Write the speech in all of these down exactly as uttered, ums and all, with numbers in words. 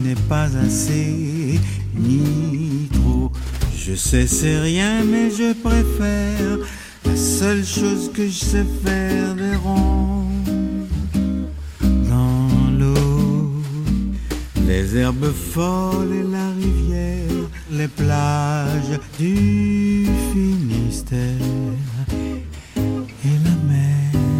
N'est pas assez ni trop. Je sais c'est rien mais je préfère la seule chose que je sais faire, des ronds dans l'eau, les herbes folles et la rivière, les plages du Finistère et la mer.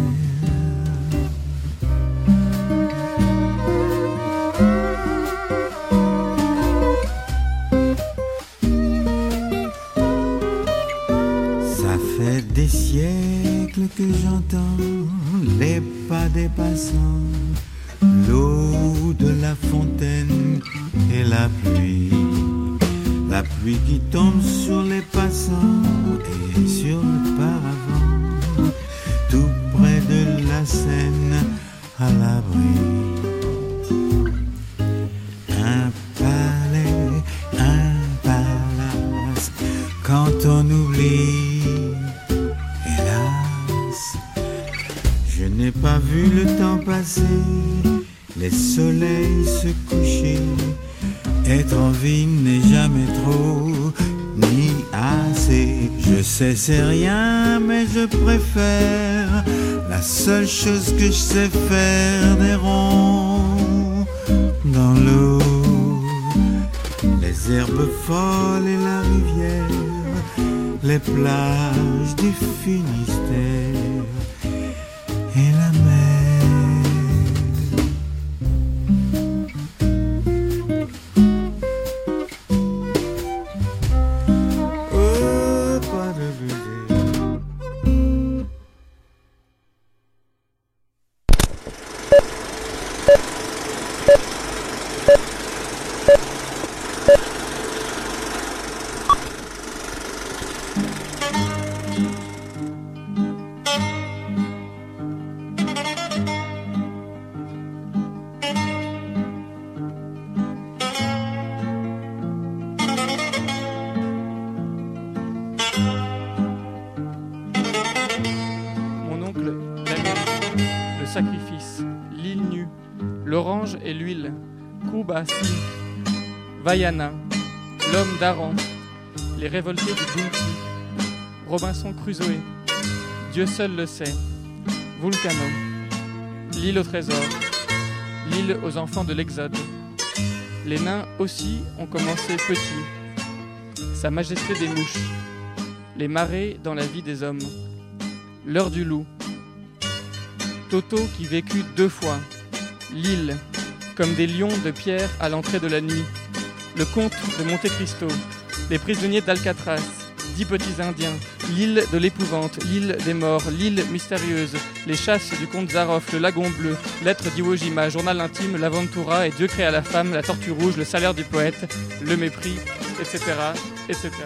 Des siècles que j'entends les pas des passants, l'eau de la fontaine et la pluie, la pluie qui tombe sur les passants et sur le paravent, tout près de la Seine à l'abri. Un palais, un palace, quand on oublie. Je n'ai pas vu le temps passer, les soleils se coucher. Être en vie n'est jamais trop, ni assez. Je sais c'est rien, mais je préfère la seule chose que je sais faire, des ronds dans l'eau, les herbes folles et la rivière, les plages du Finistère et la mer. Oh, pas de budget. Sacrifice, l'île nue, l'orange et l'huile, Koubassi, Vaiana, l'homme d'Aran, les révoltés du Bounty, Robinson Crusoe, Dieu seul le sait, Vulcano, l'île au trésor, l'île aux enfants de l'Exode. Les nains aussi ont commencé petits, Sa majesté des mouches, les marées dans la vie des hommes, l'heure du loup, Toto qui vécut deux fois, l'île, comme des lions de pierre à l'entrée de la nuit, le comte de Monte Cristo, les prisonniers d'Alcatraz, dix petits indiens, l'île de l'épouvante, l'île des morts, l'île mystérieuse, les chasses du comte Zaroff, le lagon bleu, lettre d'Iwo Jima, journal intime, l'Aventura et Dieu créa la femme, la tortue rouge, le salaire du poète, le mépris, et cetera, et cetera.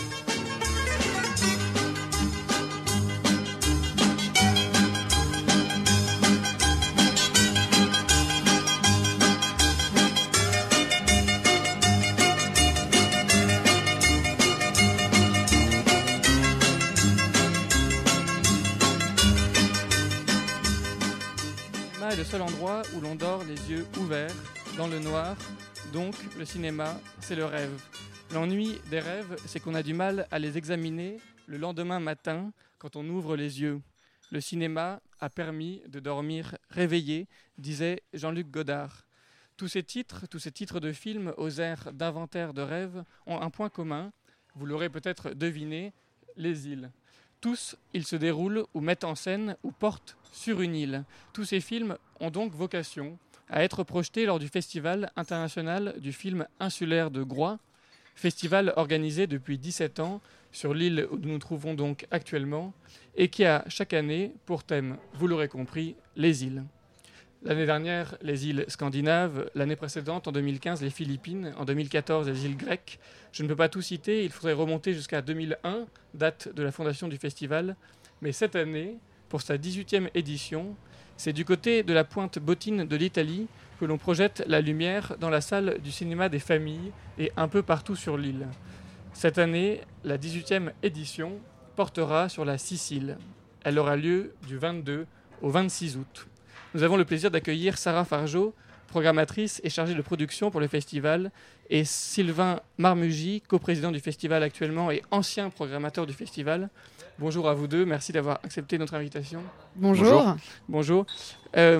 Est le seul endroit où l'on dort les yeux ouverts, dans le noir, donc le cinéma, c'est le rêve. L'ennui des rêves, c'est qu'on a du mal à les examiner le lendemain matin quand on ouvre les yeux. Le cinéma a permis de dormir réveillé, disait Jean-Luc Godard. Tous ces titres, tous ces titres de films aux airs d'inventaire de rêves ont un point commun, vous l'aurez peut-être deviné, les îles. Tous, ils se déroulent ou mettent en scène ou portent sur une île. Tous ces films ont donc vocation à être projetés lors du Festival international du film insulaire de Groix, festival organisé depuis dix-sept ans sur l'île où nous nous trouvons donc actuellement et qui a chaque année pour thème, vous l'aurez compris, les îles. L'année dernière, les îles scandinaves, l'année précédente, en deux mille quinze, les Philippines, en deux mille quatorze, les îles grecques. Je ne peux pas tout citer, il faudrait remonter jusqu'à deux mille un, date de la fondation du festival. Mais cette année, pour sa dix-huitième édition, c'est du côté de la pointe bottine de l'Italie que l'on projette la lumière dans la salle du cinéma des familles et un peu partout sur l'île. Cette année, la dix-huitième édition portera sur la Sicile. Elle aura lieu du vingt-deux au vingt-six août. Nous avons le plaisir d'accueillir Sarah Fargeau, programmatrice et chargée de production pour le festival, et Sylvain Marmugy, coprésident du festival actuellement et ancien programmateur du festival. Bonjour à vous deux, merci d'avoir accepté notre invitation. Bonjour. Bonjour. Bonjour. Euh,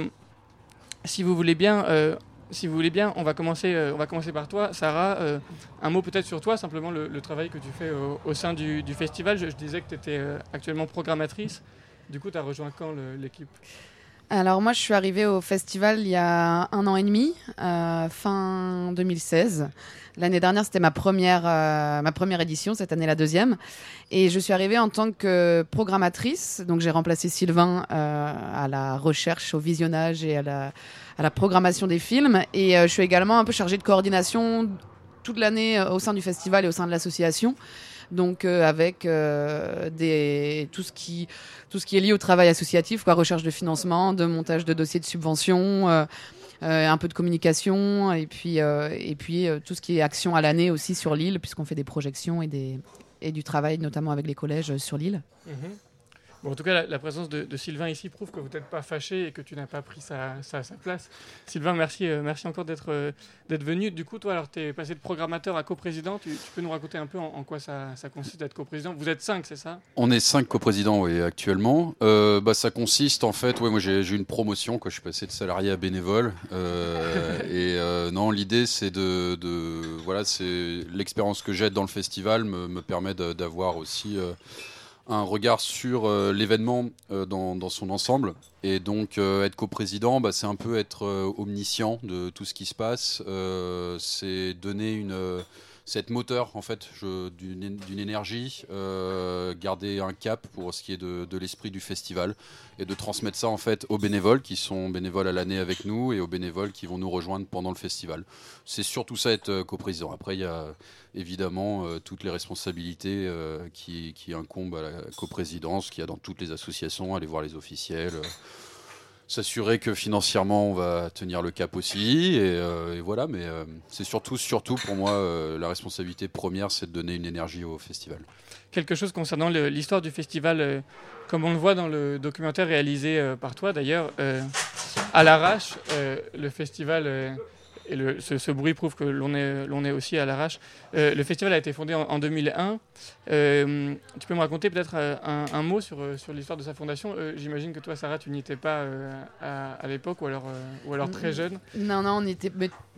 si vous voulez bien... Euh, Si vous voulez bien, on va commencer, euh, on va commencer par toi. Sarah, euh, un mot peut-être sur toi, simplement le, le travail que tu fais au, au sein du, du festival. Je, je disais que tu étais euh, actuellement programmatrice. Du coup, tu as rejoint quand le, l'équipe ? Alors moi, je suis arrivée au festival il y a un an et demi, euh, fin deux mille seize. L'année dernière, c'était ma première, euh, ma première édition, cette année la deuxième. Et je suis arrivée en tant que programmatrice. Donc j'ai remplacé Sylvain euh, à la recherche, au visionnage et à la, à la programmation des films. Et euh, je suis également un peu chargée de coordination toute l'année euh, au sein du festival et au sein de l'association. Donc euh, avec euh, des, tout, ce qui, tout ce qui est lié au travail associatif, quoi, recherche de financement, de montage de dossiers de subvention, euh, euh, un peu de communication et puis, euh, et puis euh, tout ce qui est action à l'année aussi sur l'île, puisqu'on fait des projections et, des, et du travail notamment avec les collèges sur l'île. Mmh. Bon, en tout cas, la, la présence de, de Sylvain ici prouve que vous n'êtes pas fâché et que tu n'as pas pris sa, sa, sa place. Sylvain, merci, euh, merci encore d'être, euh, d'être venu. Du coup, toi, alors, tu es passé de programmateur à coprésident. Tu, tu peux nous raconter un peu en, en quoi ça, ça consiste d'être coprésident ? Vous êtes cinq, c'est ça ? On est cinq coprésidents, oui, actuellement. Euh, bah, ça consiste, en fait, ouais, moi j'ai, j'ai eu une promotion, quoi. Je suis passé de salarié à bénévole. Euh, et euh, non, l'idée, c'est de, de, voilà, c'est l'expérience que j'ai dans le festival me, me permet de, d'avoir aussi euh, un regard sur euh, l'événement euh, dans, dans son ensemble. Et donc, euh, être coprésident, bah, c'est un peu être euh, omniscient de tout ce qui se passe. Euh, c'est donner une... Euh, c'est être moteur, en fait, je, d'une, d'une énergie, euh, garder un cap pour ce qui est de, de l'esprit du festival et de transmettre ça, en fait, aux bénévoles qui sont bénévoles à l'année avec nous et aux bénévoles qui vont nous rejoindre pendant le festival. C'est surtout ça, être euh, coprésident. Après, il y a évidemment euh, toutes les responsabilités euh, qui, qui incombent à la coprésidence, qu'il y a dans toutes les associations, aller voir les officiels, euh, s'assurer que financièrement on va tenir le cap aussi, et, euh, et voilà, mais euh, c'est surtout, surtout pour moi, euh, la responsabilité première, c'est de donner une énergie au festival. Quelque chose concernant le, l'histoire du festival, euh, comme on le voit dans le documentaire réalisé euh, par toi d'ailleurs, euh, à l'arrache, euh, le festival... Euh, Et le, ce, ce bruit prouve que l'on est, l'on est aussi à l'arrache. Euh, le festival a été fondé en, en deux mille un. Euh, tu peux me raconter peut-être un, un mot sur, sur l'histoire de sa fondation ? euh, J'imagine que toi, Sarah, tu n'y étais pas euh, à, à l'époque, ou alors, euh, ou alors très jeune. Non, non, on n'était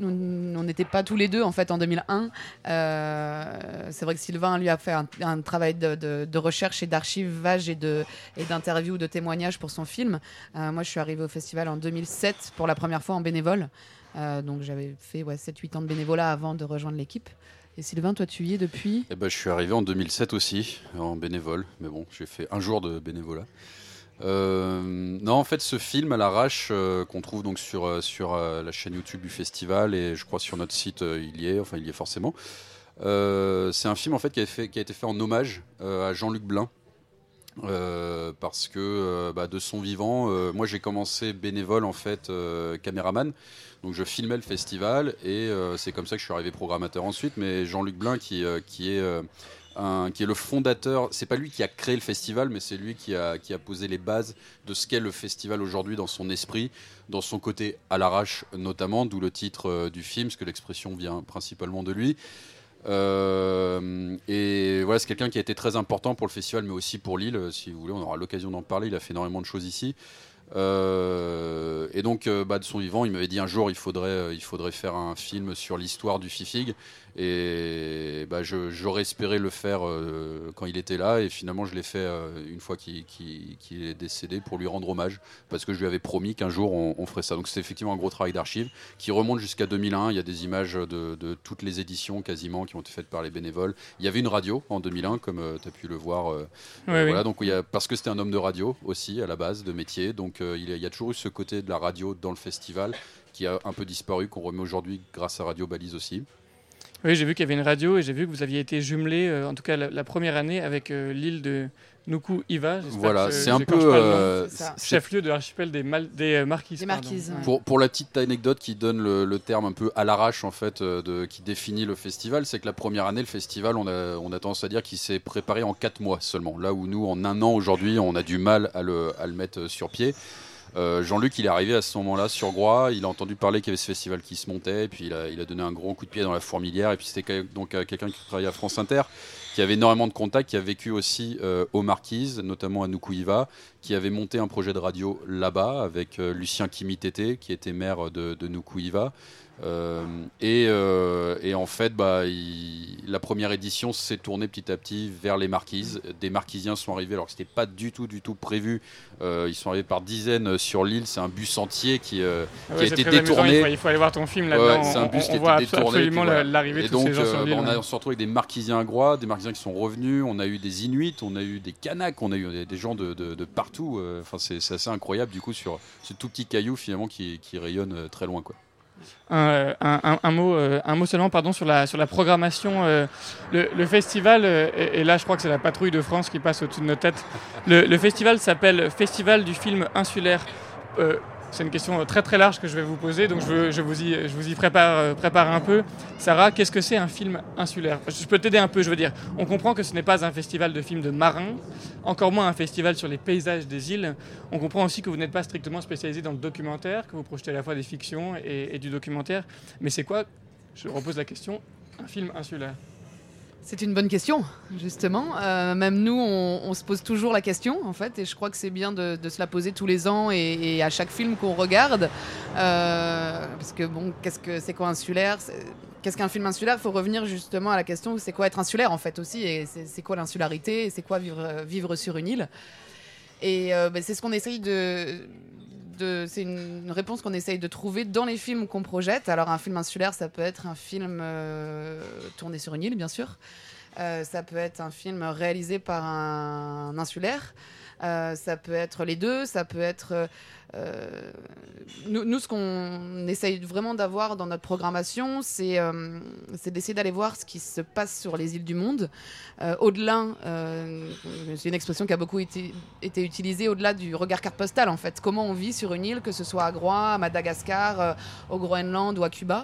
on n'était pas tous les deux en fait en deux mille un. Euh, c'est vrai que Sylvain, lui, a fait un, un travail de, de, de recherche et d'archivage et, de, et d'interview, de témoignages pour son film. Euh, moi, je suis arrivée au festival en deux mille sept pour la première fois en bénévole. Euh, donc j'avais fait ouais, sept huit ans de bénévolat avant de rejoindre l'équipe. Et Sylvain, toi tu y es depuis ? Eh ben, je suis arrivé en deux mille sept aussi, en bénévole, mais bon, j'ai fait un jour de bénévolat. Euh, non, en fait, ce film à l'arrache euh, qu'on trouve donc sur, sur euh, la chaîne YouTube du festival, et je crois sur notre site euh, il y est, enfin il y est forcément. Euh, c'est un film en fait qui a, fait, qui a été fait en hommage euh, à Jean-Luc Blin. Euh, parce que euh, bah, de son vivant, euh, moi j'ai commencé bénévole en fait, euh, caméraman, donc je filmais le festival et euh, c'est comme ça que je suis arrivé programmateur ensuite. Mais Jean-Luc Blin qui, euh, qui, est, euh, un, qui est le fondateur, c'est pas lui qui a créé le festival, mais c'est lui qui a, qui a posé les bases de ce qu'est le festival aujourd'hui dans son esprit, dans son côté à l'arrache notamment, d'où le titre euh, du film, parce que l'expression vient principalement de lui. Euh, et voilà, c'est quelqu'un qui a été très important pour le festival, mais aussi pour l'île. Si vous voulez, on aura l'occasion d'en parler. Il a fait énormément de choses ici. Euh, et donc, euh, bah, de son vivant, il m'avait dit un jour, il faudrait, euh, il faudrait faire un film sur l'histoire du Fifig. Et bah, je, j'aurais espéré le faire euh, quand il était là. Et finalement, je l'ai fait euh, une fois qu'il, qu'il, qu'il est décédé pour lui rendre hommage, parce que je lui avais promis qu'un jour on, on ferait ça. Donc c'était effectivement un gros travail d'archives qui remonte jusqu'à deux mille un. Il y a des images de, de toutes les éditions quasiment qui ont été faites par les bénévoles. Il y avait une radio en deux mille un, comme euh, tu as pu le voir. Euh, oui, euh, oui. Voilà, donc, il y a, parce que c'était un homme de radio aussi à la base, de métier. Donc euh, il, y a, il y a toujours eu ce côté de la radio dans le festival qui a un peu disparu, qu'on remet aujourd'hui grâce à Radio Balise aussi. Oui, j'ai vu qu'il y avait une radio et j'ai vu que vous aviez été jumelé, euh, en tout cas la, la première année, avec euh, l'île de Nuku-Hiva. Voilà, que, c'est un peu euh, chef-lieu de l'archipel des, Mal- des euh, Marquises. Des Marquises, ouais. Pour, pour la petite anecdote qui donne le, le terme un peu à l'arrache en fait, euh, de, qui définit le festival, c'est que la première année, le festival, on a, on a tendance à dire qu'il s'est préparé en quatre mois seulement. Là où nous, en un an aujourd'hui, on a du mal à le, à le mettre sur pied. Euh, Jean-Luc, il est arrivé à ce moment-là sur Groix, il a entendu parler qu'il y avait ce festival qui se montait, et puis il a, il a donné un gros coup de pied dans la fourmilière, et puis c'était donc euh, quelqu'un qui travaillait à France Inter, qui avait énormément de contacts, qui a vécu aussi euh, aux Marquises, notamment à Nukuiva, qui avait monté un projet de radio là-bas avec euh, Lucien Kimitete, qui était maire de, de Nukuiva. Euh, et, euh, et en fait, bah, il, la première édition s'est tournée petit à petit vers les Marquises. Des Marquisiens sont arrivés alors que c'était pas du tout, du tout prévu. Euh, ils sont arrivés par dizaines sur l'île. C'est un bus entier qui, euh, Ah qui ouais, a c'est été très détourné. amusant. Il faut, il faut aller voir ton film là-dedans. Ouais, c'est un bus on, qui on a voit été détourné. absolument Puis voilà. l'arrivée de Et tous donc, ces gens sur euh, l'île. bah, on, a, on se retrouve avec des Marquisiens à Groix, des Marquisiens qui sont revenus. On a eu des Inuits, on a eu des Kanaks, on a eu des gens de, de, de partout. Enfin, c'est, c'est assez incroyable du coup sur ce tout petit caillou finalement qui, qui rayonne très loin, quoi. Un, un, un, mot, euh, un mot seulement pardon, sur, la, sur la programmation. Euh, le, le festival, euh, et, et là je crois que c'est la patrouille de France qui passe au-dessus de nos têtes, le, le festival s'appelle Festival du film insulaire. Euh, c'est une question très très large que je vais vous poser, donc je, veux, je vous y, je vous y prépare, euh, prépare un peu. Sarah, qu'est-ce que c'est un film insulaire ? Je peux t'aider un peu, je veux dire. On comprend que ce n'est pas un festival de films de marins, encore moins un festival sur les paysages des îles. On comprend aussi que vous n'êtes pas strictement spécialisé dans le documentaire, que vous projetez à la fois des fictions et, et du documentaire. Mais c'est quoi, je repose la question, un film insulaire ? C'est une bonne question, justement. Euh, même nous, on, on se pose toujours la question, en fait, et je crois que c'est bien de, de se la poser tous les ans et, et à chaque film qu'on regarde. Euh, parce que, bon, qu'est-ce que c'est quoi insulaire ? c'est, Qu'est-ce qu'un film insulaire ? Il faut revenir justement à la question, c'est quoi être insulaire, en fait, aussi, et c'est, c'est quoi l'insularité, et c'est quoi vivre, vivre sur une île ? Et euh, ben, c'est ce qu'on essaye de... De, c'est une, une réponse qu'on essaye de trouver dans les films qu'on projette. Alors un film insulaire, ça peut être un film euh, tourné sur une île, bien sûr. Euh, ça peut être un film réalisé par un, un insulaire. Euh, ça peut être les deux. Ça peut être... Euh, nous, nous, ce qu'on essaye vraiment d'avoir dans notre programmation, c'est, euh, c'est d'essayer d'aller voir ce qui se passe sur les îles du monde. Euh, au-delà, euh, c'est une expression qui a beaucoup été, été utilisée, au-delà du regard carte postale, en fait. Comment on vit sur une île, que ce soit à Groix, à Madagascar, euh, au Groenland ou à Cuba.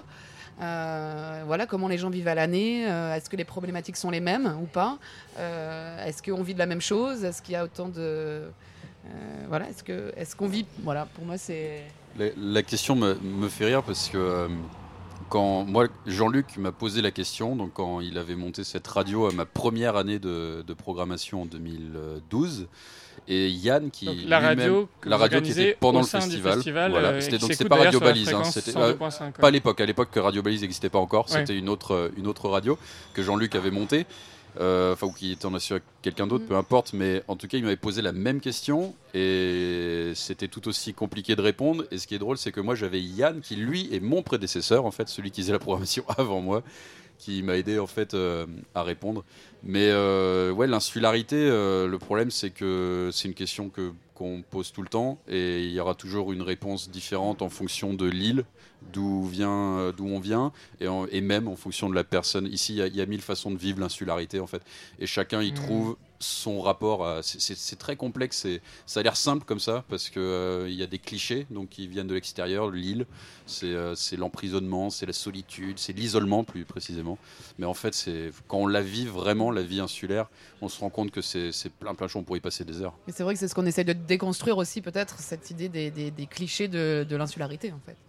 Euh, voilà, comment les gens vivent à l'année. Euh, est-ce que les problématiques sont les mêmes ou pas ? euh, Est-ce qu'on vit de la même chose ? Est-ce qu'il y a autant de... Euh, voilà, est-ce, que, est-ce qu'on vit... Voilà, pour moi, c'est... La, la question me, me fait rire parce que euh, quand moi, Jean-Luc m'a posé la question, donc quand il avait monté cette radio à ma première année de, de programmation en deux mille douze, et Yann qui donc, la radio, la radio qui était pendant le festival, festival voilà, euh, c'était donc c'était pas Radio Balise, hein, c'était euh, pas à l'époque, à l'époque que Radio Balise n'existait pas encore, ouais. C'était une autre une autre radio que Jean-Luc avait montée. Euh, enfin, ou qui était en assuré quelqu'un d'autre, peu importe, mais en tout cas, il m'avait posé la même question et c'était tout aussi compliqué de répondre. Et ce qui est drôle, c'est que moi, j'avais Yann qui, lui, est mon prédécesseur, en fait, celui qui faisait la programmation avant moi, qui m'a aidé en fait euh, à répondre. Mais euh, ouais, l'insularité, euh, le problème, c'est que c'est une question que qu'on pose tout le temps et il y aura toujours une réponse différente en fonction de l'île, d'où vient, d'où on vient, et, en, et même en fonction de la personne. Ici, il y, y a mille façons de vivre l'insularité en fait, et chacun y mmh. trouve son rapport à... C'est, c'est, c'est très complexe, et ça a l'air simple comme ça, parce qu'il euh, y a des clichés donc, qui viennent de l'extérieur, l'île, c'est, euh, c'est l'emprisonnement, c'est la solitude, c'est l'isolement plus précisément. Mais en fait, c'est, quand on la vit vraiment, la vie insulaire, on se rend compte que c'est, c'est plein plein de choses, on pourrait y passer des heures. Et c'est vrai que c'est ce qu'on essaie de déconstruire aussi, peut-être, cette idée des, des, des clichés de, de l'insularité, en fait.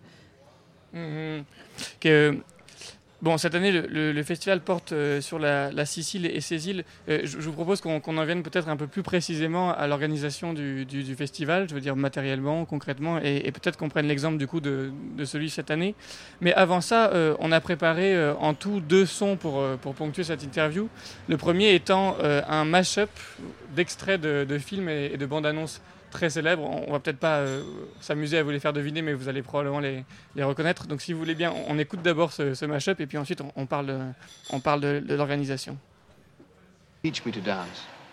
Mmh. Que... Bon, cette année, le, le, le festival porte euh, sur la, la Sicile et ses îles. Euh, je, je vous propose qu'on, qu'on en vienne peut-être un peu plus précisément à l'organisation du, du, du festival, je veux dire matériellement, concrètement, et, et peut-être qu'on prenne l'exemple du coup de, de celui cette année. Mais avant ça, euh, on a préparé euh, en tout deux sons pour, euh, pour ponctuer cette interview. Le premier étant euh, un mash-up d'extraits de, de films et, et de bandes-annonces très célèbres. On va peut-être pas euh, s'amuser à vous les faire deviner, mais vous allez probablement les, les reconnaître. Donc si vous voulez bien, on, on écoute d'abord ce, ce mash-up et puis ensuite on, on parle, de, on parle de, de l'organisation. Teach me to dance.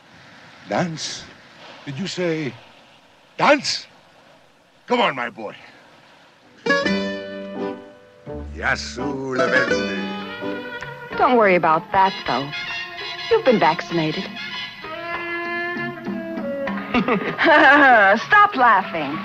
Dance? Did you say dance? Come on, my boy. Yasu Levendi. Don't worry about that, though. You've been vaccinated. Stop laughing.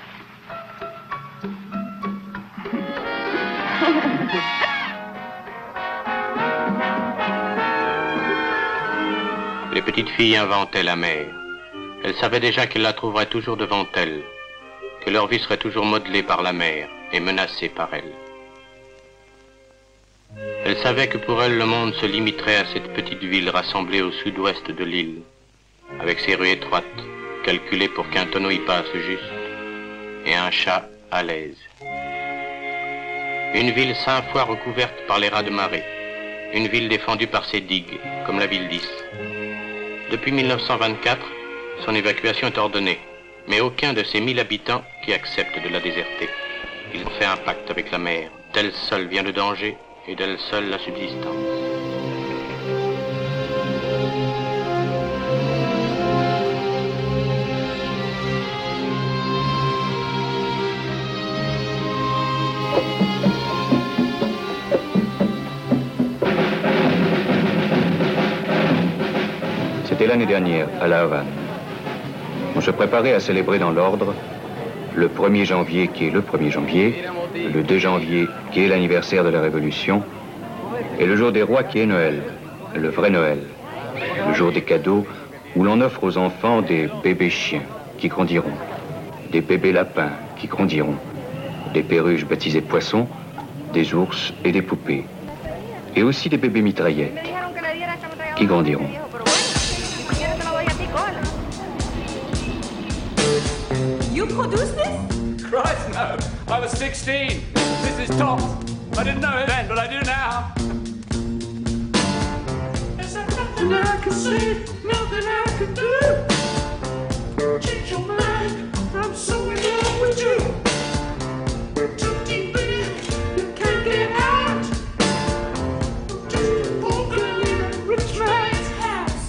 Les petites filles inventaient la mer. Elles savaient déjà qu'elles la trouveraient toujours devant elles. que leur vie serait toujours modelée par la mer et menacée par elle. Elles savaient que pour elles, le monde se limiterait à cette petite ville rassemblée au sud-ouest de l'île, avec ses rues étroites, calculées pour qu'un tonneau y passe juste, et un chat à l'aise. Une ville cinq fois recouverte par les rats de marée, une ville défendue par ses digues, comme la ville d'Is. Depuis mille neuf cent vingt-quatre, son évacuation est ordonnée, mais aucun de ses mille habitants qui acceptent de la déserter. Ils ont fait un pacte avec la mer, d'elle seule vient le danger, et d'elle seule la subsistance. C'était l'année dernière, à La Havane. On se préparait à célébrer dans l'ordre le premier janvier, qui est le premier janvier, le deux janvier, qui est l'anniversaire de la Révolution, et le jour des rois, qui est Noël, le vrai Noël, le jour des cadeaux, où l'on offre aux enfants des bébés chiens qui grandiront, des bébés lapins qui grandiront, des perruches baptisées poissons, des ours et des poupées, et aussi des bébés mitraillettes qui grandiront. You produced this? Christ, no. I was sixteen. This is top. I didn't know it then, but I do now. Is there nothing I can say? Nothing I can do? Change your mind. I'm so in love with you. Too deep in, you can't get out. Too poor girl in a rich man's house.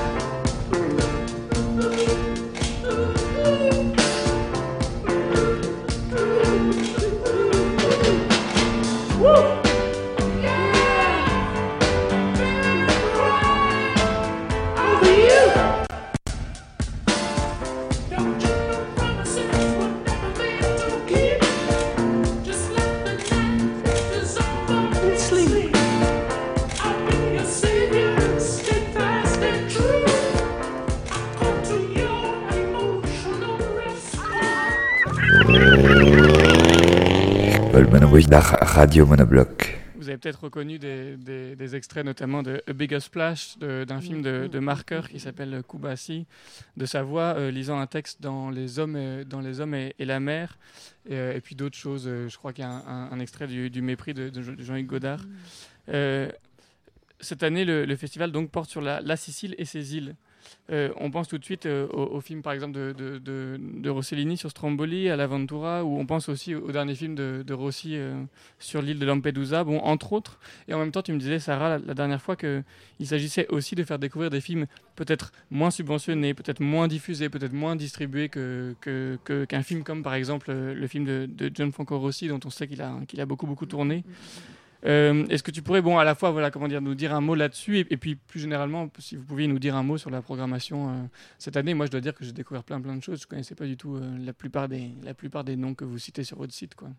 Radio Monobloc. Vous avez peut-être reconnu des, des, des extraits notamment de A Bigger Splash, de, d'un film de, de Marker qui s'appelle Kubasi, de sa voix euh, lisant un texte dans Les Hommes, et, dans les hommes et, et la mer, et, et puis d'autres choses. Euh, je crois qu'il y a un, un, un extrait du, du Mépris de, de Jean-Luc Godard. Euh, cette année, le, le festival donc porte sur la, la Sicile et ses îles. Euh, on pense tout de suite euh, au, au film par exemple de, de, de, de Rossellini sur Stromboli, à l'Aventura, ou on pense aussi au, au dernier film de, de Rossi euh, sur l'île de Lampedusa, bon, entre autres. Et en même temps, tu me disais, Sarah, la, la dernière fois, qu'il s'agissait aussi de faire découvrir des films peut-être moins subventionnés, peut-être moins diffusés, peut-être moins distribués que, que, que, qu'un film comme par exemple le film de, de Gianfranco Rossi, dont on sait qu'il a, qu'il a beaucoup, beaucoup tourné. Euh, est-ce que tu pourrais, bon, à la fois, voilà, comment dire, nous dire un mot là-dessus, et, et puis plus généralement, si vous pouviez nous dire un mot sur la programmation euh, cette année. Moi, je dois dire que j'ai découvert plein, plein de choses. Je connaissais pas du tout euh, la plupart des, la plupart des noms que vous citez sur votre site, quoi.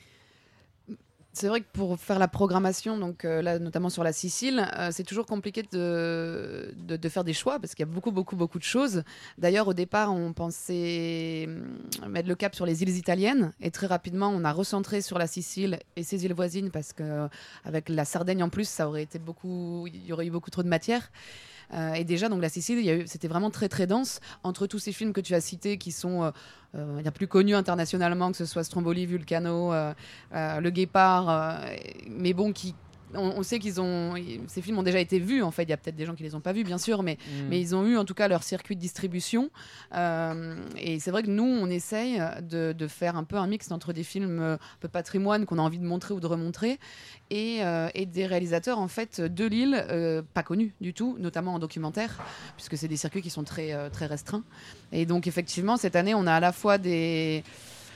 C'est vrai que pour faire la programmation, donc euh, là notamment sur la Sicile, euh, c'est toujours compliqué de, de, de faire des choix parce qu'il y a beaucoup, beaucoup, beaucoup de choses. D'ailleurs, au départ, on pensait mettre le cap sur les îles italiennes et très rapidement, on a recentré sur la Sicile et ses îles voisines parce qu'avec la Sardaigne en plus, ça aurait été beaucoup, il y aurait eu beaucoup trop de matière. Euh, et déjà, donc la Sicile, il y a eu, c'était vraiment très très dense entre tous ces films que tu as cités qui sont euh, euh, il y a plus connus internationalement, que ce soit Stromboli, Vulcano, euh, euh, Le Guépard, euh, mais bon, qui On, on sait qu'ils ont, ces films ont déjà été vus. En fait, il y a peut-être des gens qui les ont pas vus, bien sûr, mais, mmh. mais ils ont eu en tout cas leur circuit de distribution. Euh, et c'est vrai que nous, on essaye de, de faire un peu un mix entre des films un peu patrimoine qu'on a envie de montrer ou de remontrer, et, euh, et des réalisateurs en fait de l'île euh, pas connus du tout, notamment en documentaire, puisque c'est des circuits qui sont très euh, très restreints. Et donc effectivement, cette année, on a à la fois des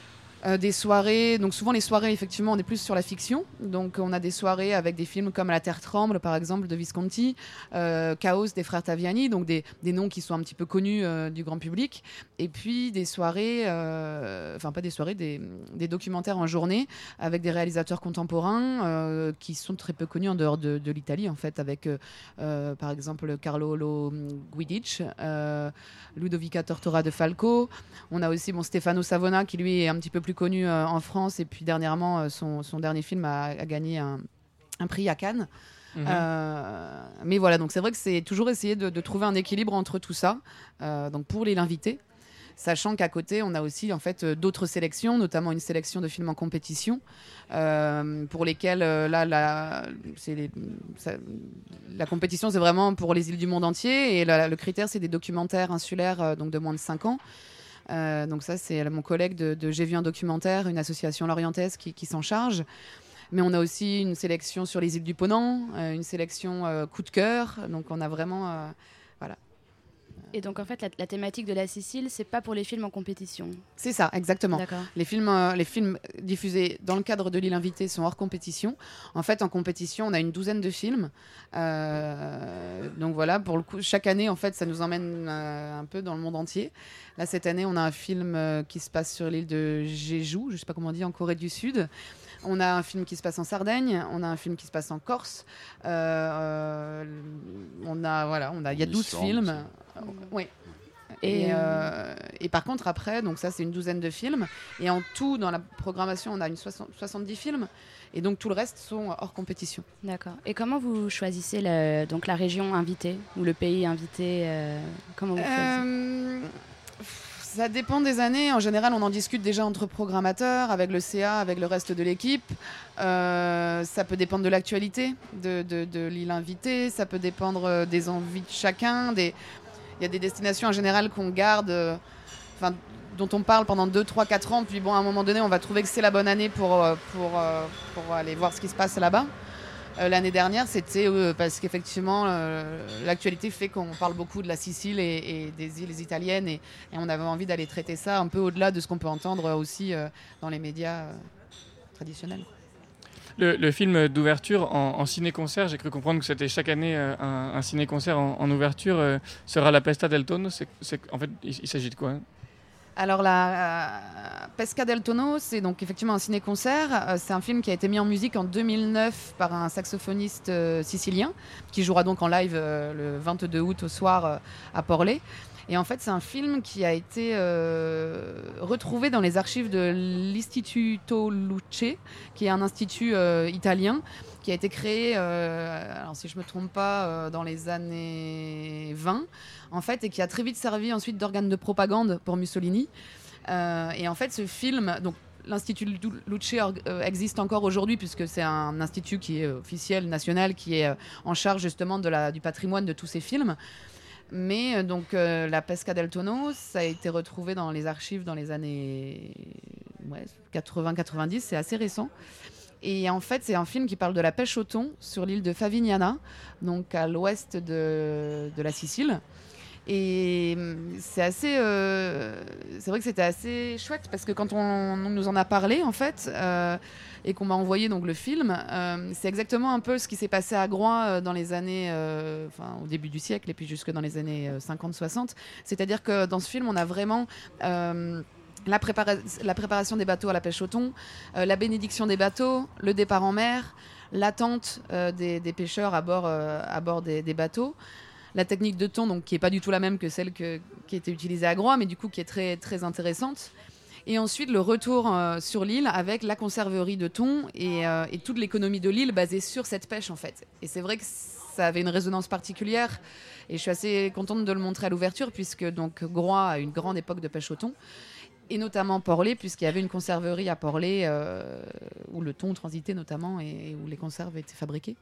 Euh, des soirées, donc souvent les soirées, effectivement, on est plus sur la fiction. Donc on a des soirées avec des films comme La Terre tremble, par exemple, de Visconti, euh, Chaos des frères Taviani, donc des, des noms qui sont un petit peu connus euh, du grand public. Et puis des soirées, euh, enfin pas des soirées, des, des documentaires en journée avec des réalisateurs contemporains euh, qui sont très peu connus en dehors de, de l'Italie, en fait, avec euh, euh, par exemple Carlo Lo Guidic, euh, Ludovica Tortora de Falco. On a aussi bon, Stefano Savona qui lui est un petit peu plus connu euh, en France, et puis dernièrement euh, son, son dernier film a, a gagné un, un prix à Cannes. Mmh. Euh, mais voilà, donc c'est vrai que c'est toujours essayer de, de trouver un équilibre entre tout ça, euh, donc pour les l'invité, sachant qu'à côté on a aussi en fait d'autres sélections, notamment une sélection de films en compétition euh, pour lesquels euh, là la, c'est les, ça, la compétition c'est vraiment pour les îles du monde entier, et la, le critère c'est des documentaires insulaires euh, donc de moins de cinq ans. Euh, donc ça c'est mon collègue de, de J'ai vu un documentaire, une association lorientaise qui, qui s'en charge. Mais on a aussi une sélection sur les îles du Ponant, euh, une sélection euh, coup de cœur. Donc on a vraiment euh, voilà. Et donc en fait la, la thématique de la Sicile, c'est pas pour les films en compétition. C'est ça, exactement. D'accord. Les films, euh, les films diffusés dans le cadre de l'île invitée sont hors compétition. En fait, en compétition, on a une douzaine de films. Euh, donc voilà, pour le coup, chaque année, en fait, ça nous emmène euh, un peu dans le monde entier. Là, cette année, on a un film euh, qui se passe sur l'île de Jeju, je sais pas comment on dit, en Corée du Sud. On a un film qui se passe en Sardaigne, on a un film qui se passe en Corse. Euh, on a voilà, on a il y a douze films. Euh, oui. Et, euh, et par contre après, donc ça c'est une douzaine de films, et en tout dans la programmation on a une soixante, soixante-dix films, et donc tout le reste sont hors compétition. D'accord. Et comment vous choisissez le, donc la région invitée ou le pays invité euh, Comment vous euh, Ça dépend des années. En général, on en discute déjà entre programmateurs, avec le C A, avec le reste de l'équipe. Euh, ça peut dépendre de l'actualité de, de, de l'île invitée. Ça peut dépendre des envies de chacun. Des... Il y a des destinations en général qu'on garde, euh, enfin, dont on parle pendant deux, trois, quatre ans. Puis bon, à un moment donné, on va trouver que c'est la bonne année pour, pour, pour aller voir ce qui se passe là-bas. Euh, l'année dernière, c'était euh, parce qu'effectivement, euh, l'actualité fait qu'on parle beaucoup de la Sicile et, et des îles italiennes, et, et on avait envie d'aller traiter ça un peu au-delà de ce qu'on peut entendre aussi euh, dans les médias euh, traditionnels. Le, le film d'ouverture en, en ciné-concert, j'ai cru comprendre que c'était chaque année euh, un, un ciné-concert en, en ouverture, euh, sera La Pesta del Tonno. C'est, c'est, en fait, il, il s'agit de quoi ? Alors la euh, Pesca del Tonno, c'est donc effectivement un ciné-concert. Euh, c'est un film qui a été mis en musique en deux mille neuf par un saxophoniste euh, sicilien, qui jouera donc en live euh, le vingt-deux août au soir euh, à Porlé. Et en fait, c'est un film qui a été euh, retrouvé dans les archives de l'Istituto Luce, qui est un institut euh, italien, qui a été créé, euh, alors si je ne me trompe pas, euh, dans les années vingt, en fait, et qui a très vite servi ensuite d'organe de propagande pour Mussolini. Euh, et en fait, ce film... Donc, l'Institut Luce existe encore aujourd'hui, puisque c'est un institut qui est officiel, national, qui est en charge justement de la, du patrimoine de tous ces films. Mais donc euh, la Pesca del Tonno, ça a été retrouvé dans les archives dans les années ouais, quatre-vingts quatre-vingt-dix, c'est assez récent. Et en fait, c'est un film qui parle de la pêche au thon sur l'île de Favignana, donc à l'ouest de, de la Sicile. Et c'est assez, euh, c'est vrai que c'était assez chouette, parce que quand on, on nous en a parlé en fait, euh, et qu'on m'a envoyé donc le film, euh, c'est exactement un peu ce qui s'est passé à Groix euh, dans les années, euh, enfin au début du siècle et puis jusque dans les années euh, cinquante soixante. C'est-à-dire que dans ce film, on a vraiment euh, la, prépara- la préparation des bateaux à la pêche au thon, euh, la bénédiction des bateaux, le départ en mer, l'attente euh, des, des pêcheurs à bord, euh, à bord des, des bateaux. La technique de thon, donc, qui n'est pas du tout la même que celle que, qui était utilisée à Groix, mais du coup qui est très, très intéressante. Et ensuite, le retour euh, sur l'île avec la conserverie de thon et, euh, et toute l'économie de l'île basée sur cette pêche, en fait. Et c'est vrai que ça avait une résonance particulière. Et je suis assez contente de le montrer à l'ouverture, puisque donc, Groix a une grande époque de pêche au thon. Et notamment Porlé, puisqu'il y avait une conserverie à Porlé euh, où le thon transitait notamment et, et où les conserves étaient fabriquées.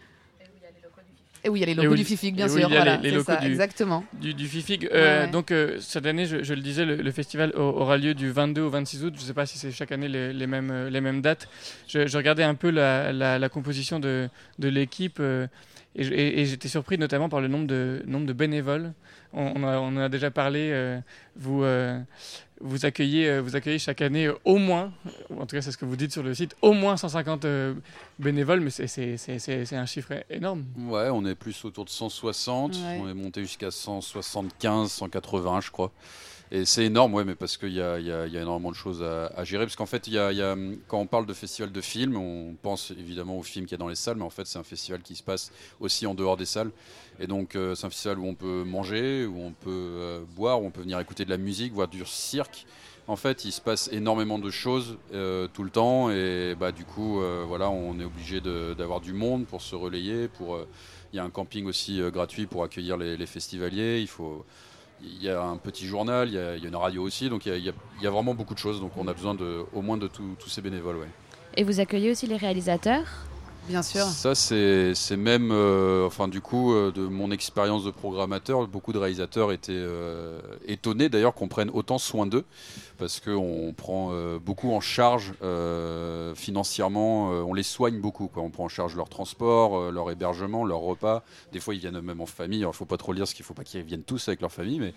Et oui, il y a les locaux oui, du FIFIC, bien sûr. Oui, il y a voilà, les, les locaux ça, du, exactement. Du, du FIFIC. Euh, ouais, ouais. Donc, euh, cette année, je, je le disais, le, le festival aura lieu du vingt-deux au vingt-six août. Je ne sais pas si c'est chaque année les, les, mêmes, les mêmes dates. Je, je regardais un peu la, la, la composition de, de l'équipe euh, et, et, et j'étais surpris notamment par le nombre de, nombre de bénévoles. On, on, a, on en a déjà parlé. Euh, vous, euh, vous accueillez, euh, vous accueillez chaque année euh, au moins, ou en tout cas c'est ce que vous dites sur le site, au moins cent cinquante euh, bénévoles, mais c'est, c'est, c'est, c'est, c'est un chiffre énorme. Ouais, on est plus autour de cent soixante, Ouais. on est monté jusqu'à cent soixante-quinze, cent quatre-vingts je crois. Et c'est énorme, ouais, mais parce qu'il y a, il y, a, il y a énormément de choses à, à gérer. Parce qu'en fait, il y a, il y a, quand on parle de festival de films, on pense évidemment aux films qu'il y a dans les salles, mais en fait, c'est un festival qui se passe aussi en dehors des salles. Et donc, euh, c'est un festival où on peut manger, où on peut euh, boire, où on peut venir écouter de la musique, voir du cirque. En fait, il se passe énormément de choses euh, tout le temps. Et bah, du coup, euh, voilà, on est obligé de, d'avoir du monde pour se relayer. Pour, euh, il y a un camping aussi euh, gratuit pour accueillir les, les festivaliers. Il faut... Il y a un petit journal, il y a, il y a une radio aussi, donc il y a, il y a, il y a vraiment beaucoup de choses. Donc on a besoin de, au moins de tous ces bénévoles. Ouais. Et vous accueillez aussi les réalisateurs ? Bien sûr. Ça, c'est, c'est même, euh, enfin du coup, euh, de mon expérience de programmateur, beaucoup de réalisateurs étaient euh, étonnés d'ailleurs qu'on prenne autant soin d'eux, parce qu'on prend euh, beaucoup en charge euh, financièrement, euh, on les soigne beaucoup, quoi. On prend en charge leur transport, euh, leur hébergement, leur repas. Des fois, ils viennent même en famille. Alors, il ne faut pas trop le dire, parce qu'il ne faut pas qu'ils viennent tous avec leur famille, mais...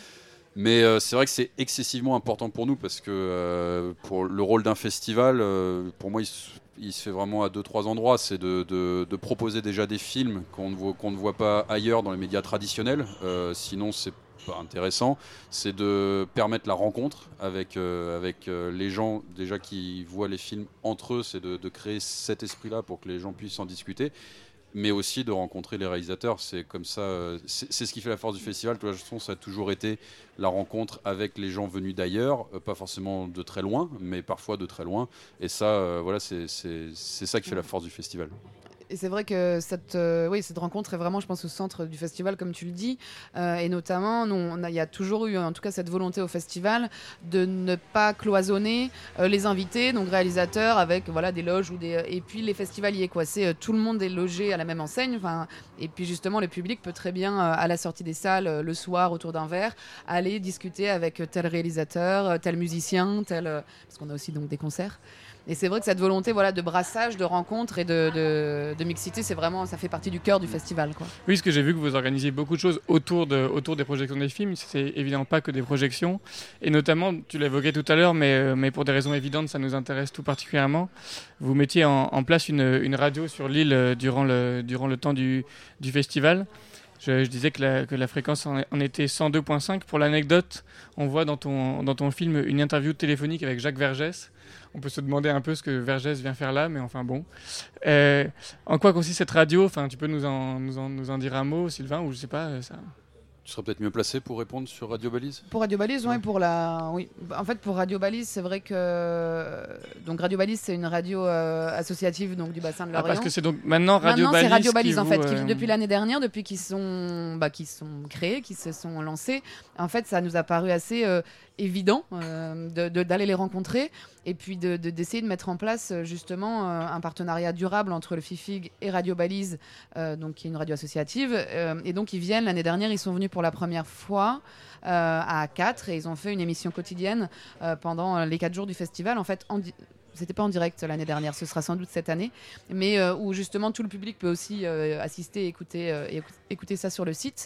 Mais euh, c'est vrai que c'est excessivement important pour nous parce que euh, pour le rôle d'un festival, euh, pour moi, il se, il se fait vraiment à deux, trois endroits. C'est de, de, de proposer déjà des films qu'on ne voit, qu'on ne voit pas ailleurs dans les médias traditionnels. Euh, sinon, c'est pas intéressant. C'est de permettre la rencontre avec, euh, avec euh, les gens déjà qui voient les films entre eux. C'est de, de créer cet esprit-là pour que les gens puissent en discuter. Mais aussi de rencontrer les réalisateurs. C'est comme ça, c'est, c'est ce qui fait la force du festival. De toute façon, ça a toujours été la rencontre avec les gens venus d'ailleurs, euh, pas forcément de très loin, mais parfois de très loin. Et ça, euh, voilà, c'est, c'est, c'est ça qui fait la force du festival. Et c'est vrai que cette, euh, oui, cette rencontre est vraiment, je pense, au centre du festival, comme tu le dis. Euh, et notamment, nous, on a, il y a toujours eu, en tout cas, cette volonté au festival de ne pas cloisonner euh, les invités, donc réalisateurs, avec voilà, des loges ou des, et puis les festivaliers. Quoi. C'est, euh, tout le monde est logé à la même enseigne. Et puis justement, le public peut très bien, euh, à la sortie des salles, euh, le soir, autour d'un verre, aller discuter avec tel réalisateur, tel musicien, tel, euh, parce qu'on a aussi donc, des concerts. Et c'est vrai que cette volonté voilà, de brassage, de rencontre et de, de, de mixité, c'est vraiment, ça fait partie du cœur du festival. Quoi. Oui, parce que j'ai vu que vous organisiez beaucoup de choses autour, de, autour des projections des films. C'est évidemment pas que des projections. Et notamment, tu l'évoquais tout à l'heure, mais, mais pour des raisons évidentes, ça nous intéresse tout particulièrement. Vous mettiez en, en place une, une radio sur l'île durant le, durant le temps du, du festival. Je, je disais que la, que la fréquence en, en était cent deux virgule cinq. Pour l'anecdote, on voit dans ton, dans ton film une interview téléphonique avec Jacques Vergès. On peut se demander un peu ce que Vergès vient faire là, mais enfin bon. Euh, en quoi consiste cette radio ? Enfin, tu peux nous en, nous, en, nous en dire un mot, Sylvain, ou je sais pas ça. Tu serais peut-être mieux placé pour répondre sur Radio Balise ? Pour Radio Balise, oui, pour la... oui. En fait, pour Radio Balise, c'est vrai que... Donc, Radio Balise, c'est une radio euh, associative donc, du bassin de Ah, l'Orient. parce que c'est donc maintenant Radio maintenant, Balise. c'est Radio Balise, qui en vous, fait, euh... qui, depuis l'année dernière, depuis qu'ils sont, bah, qu'ils sont créés, qu'ils se sont lancés. En fait, ça nous a paru assez euh, évident euh, de, de, d'aller les rencontrer et puis de, de, d'essayer de mettre en place justement euh, un partenariat durable entre le FIFIG et Radio Balise, euh, donc, qui est une radio associative. Euh, et donc, ils viennent, l'année dernière, ils sont venus pour la première fois euh, à quatre et ils ont fait une émission quotidienne euh, pendant les quatre jours du festival. En fait, en di- c'était pas en direct l'année dernière, ce sera sans doute cette année, mais euh, où justement tout le public peut aussi euh, assister et écouter, euh, et écouter ça sur le site.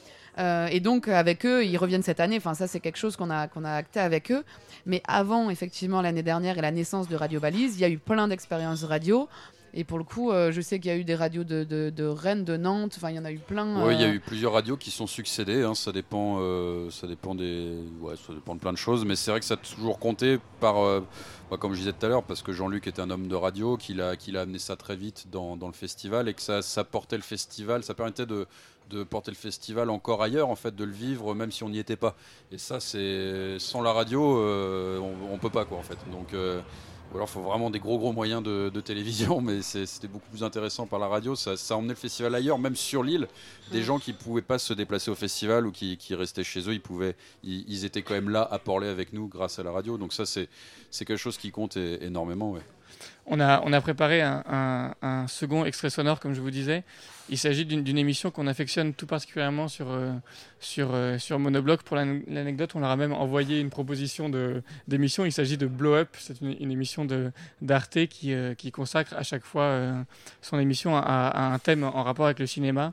Euh, et donc avec eux, ils reviennent cette année. Enfin, ça c'est quelque chose qu'on a qu'on a acté avec eux. Mais avant, effectivement, l'année dernière et la naissance de Radio Balise, il y a eu plein d'expériences radio. Et pour le coup, euh, je sais qu'il y a eu des radios de, de, de Rennes, de Nantes. Enfin, il y en a eu plein. Oui, il euh... y a eu plusieurs radios qui sont succédées. Hein. Ça dépend, euh, ça dépend des, ouais, ça dépend de plein de choses. Mais c'est vrai que ça a toujours compté par, euh, bah, comme je disais tout à l'heure, parce que Jean-Luc était un homme de radio, qu'il a, qu'il a amené ça très vite dans, dans le festival et que ça, ça portait le festival, ça permettait de de porter le festival encore ailleurs, en fait, de le vivre même si on n'y était pas. Et ça, c'est sans la radio, euh, on, on peut pas, quoi, en fait. Donc euh, ou alors il faut vraiment des gros gros moyens de, de télévision, mais c'est, c'était beaucoup plus intéressant par la radio. Ça, ça emmenait le festival ailleurs, même sur l'île. Des mmh. gens qui pouvaient pas se déplacer au festival ou qui, qui restaient chez eux, ils pouvaient, ils, ils étaient quand même là à Port-Lay avec nous grâce à la radio. Donc ça, c'est, c'est quelque chose qui compte é- énormément, ouais. On a, on a préparé un, un, un second extrait sonore, comme je vous disais. Il s'agit d'une, d'une émission qu'on affectionne tout particulièrement sur, euh, sur, euh, sur Monobloc. Pour l'anecdote, on leur a même envoyé une proposition de, d'émission. Il s'agit de Blow Up. C'est une, une émission de, d'Arte qui, euh, qui consacre à chaque fois euh, son émission à, à un thème en rapport avec le cinéma.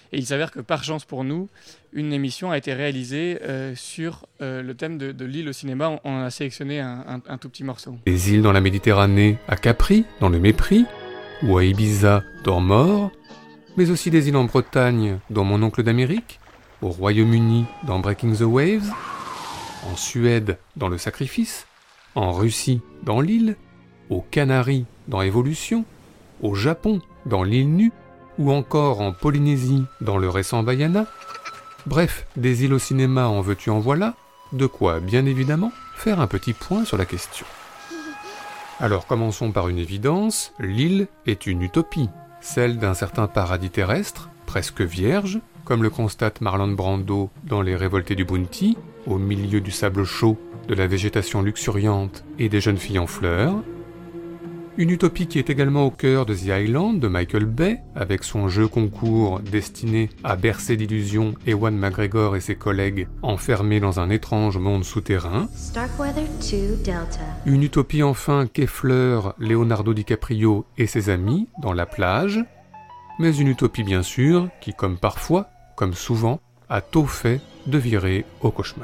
Et il s'avère que par chance pour nous, une émission a été réalisée euh, sur euh, le thème de, de l'île au cinéma. On, on a sélectionné un, un, un tout petit morceau. Des îles dans la Méditerranée, à Capri, dans le Mépris, ou à Ibiza, dans Mort, mais aussi des îles en Bretagne, dans Mon oncle d'Amérique, au Royaume-Uni, dans Breaking the Waves, en Suède, dans Le Sacrifice, en Russie, dans L'île, aux Canaries, dans Évolution, au Japon, dans L'île nue, ou encore en Polynésie, dans le récent Bayana. Bref, des îles au cinéma en veux-tu en voilà, de quoi, bien évidemment, faire un petit point sur la question. Alors commençons par une évidence, l'île est une utopie, celle d'un certain paradis terrestre, presque vierge, comme le constate Marlon Brando dans Les Révoltés du Bounty, au milieu du sable chaud, de la végétation luxuriante et des jeunes filles en fleurs. Une utopie qui est également au cœur de The Island de Michael Bay, avec son jeu concours destiné à bercer d'illusions Ewan McGregor et ses collègues enfermés dans un étrange monde souterrain. Starkweather deux Delta. Une utopie enfin qu'effleurent Leonardo DiCaprio et ses amis dans La Plage, mais une utopie bien sûr qui, comme parfois, comme souvent, a tôt fait de virer au cauchemar.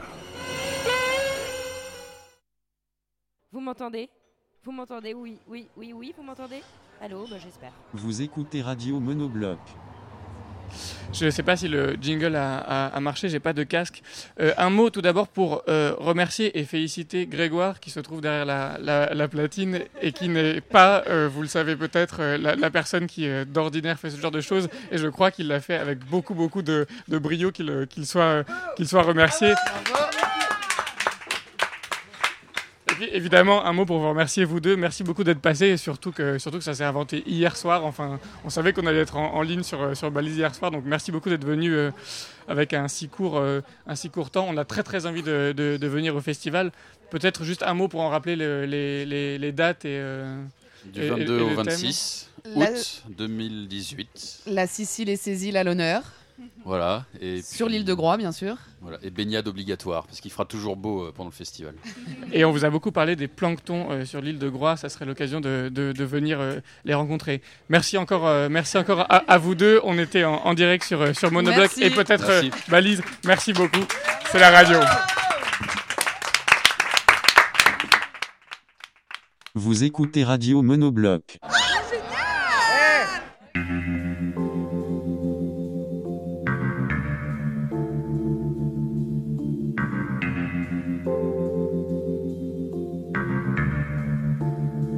Vous m'entendez ? Vous m'entendez ? Oui, oui, oui, oui, vous m'entendez ? Allô ? Bah, j'espère. Vous écoutez Radio Monobloc. Je ne sais pas si le jingle a, a, a marché, j'ai pas de casque. Euh, un mot tout d'abord pour euh, remercier et féliciter Grégoire qui se trouve derrière la, la, la platine et qui n'est pas, euh, vous le savez peut-être, euh, la, la personne qui euh, d'ordinaire fait ce genre de choses. Et je crois qu'il l'a fait avec beaucoup, beaucoup de, de brio, qu'il, qu'il, soit, euh, qu'il soit remercié. Et puis, évidemment, un mot pour vous remercier, vous deux. Merci beaucoup d'être passés, et surtout que, surtout que ça s'est inventé hier soir. Enfin, on savait qu'on allait être en, en ligne sur, sur Balise hier soir, donc merci beaucoup d'être venus euh, avec un si, court, euh, un si court temps. On a très très envie de, de, de venir au festival. Peut-être juste un mot pour en rappeler le, les, les, les dates et... Euh, du et, vingt-deux et, et au vingt-six La... août deux mille dix-huit. La Sicile et ses îles à l'honneur. Voilà. Et sur puis, l'île de Groix, bien sûr. Voilà. Et baignade obligatoire, parce qu'il fera toujours beau euh, pendant le festival. Et on vous a beaucoup parlé des planctons euh, sur l'île de Groix. Ça serait l'occasion de, de, de venir euh, les rencontrer. Merci encore, euh, merci encore à, à vous deux. On était en, en direct sur, sur Monobloc et peut-être euh, Balise. Merci beaucoup. C'est la radio. Vous écoutez Radio Monobloc.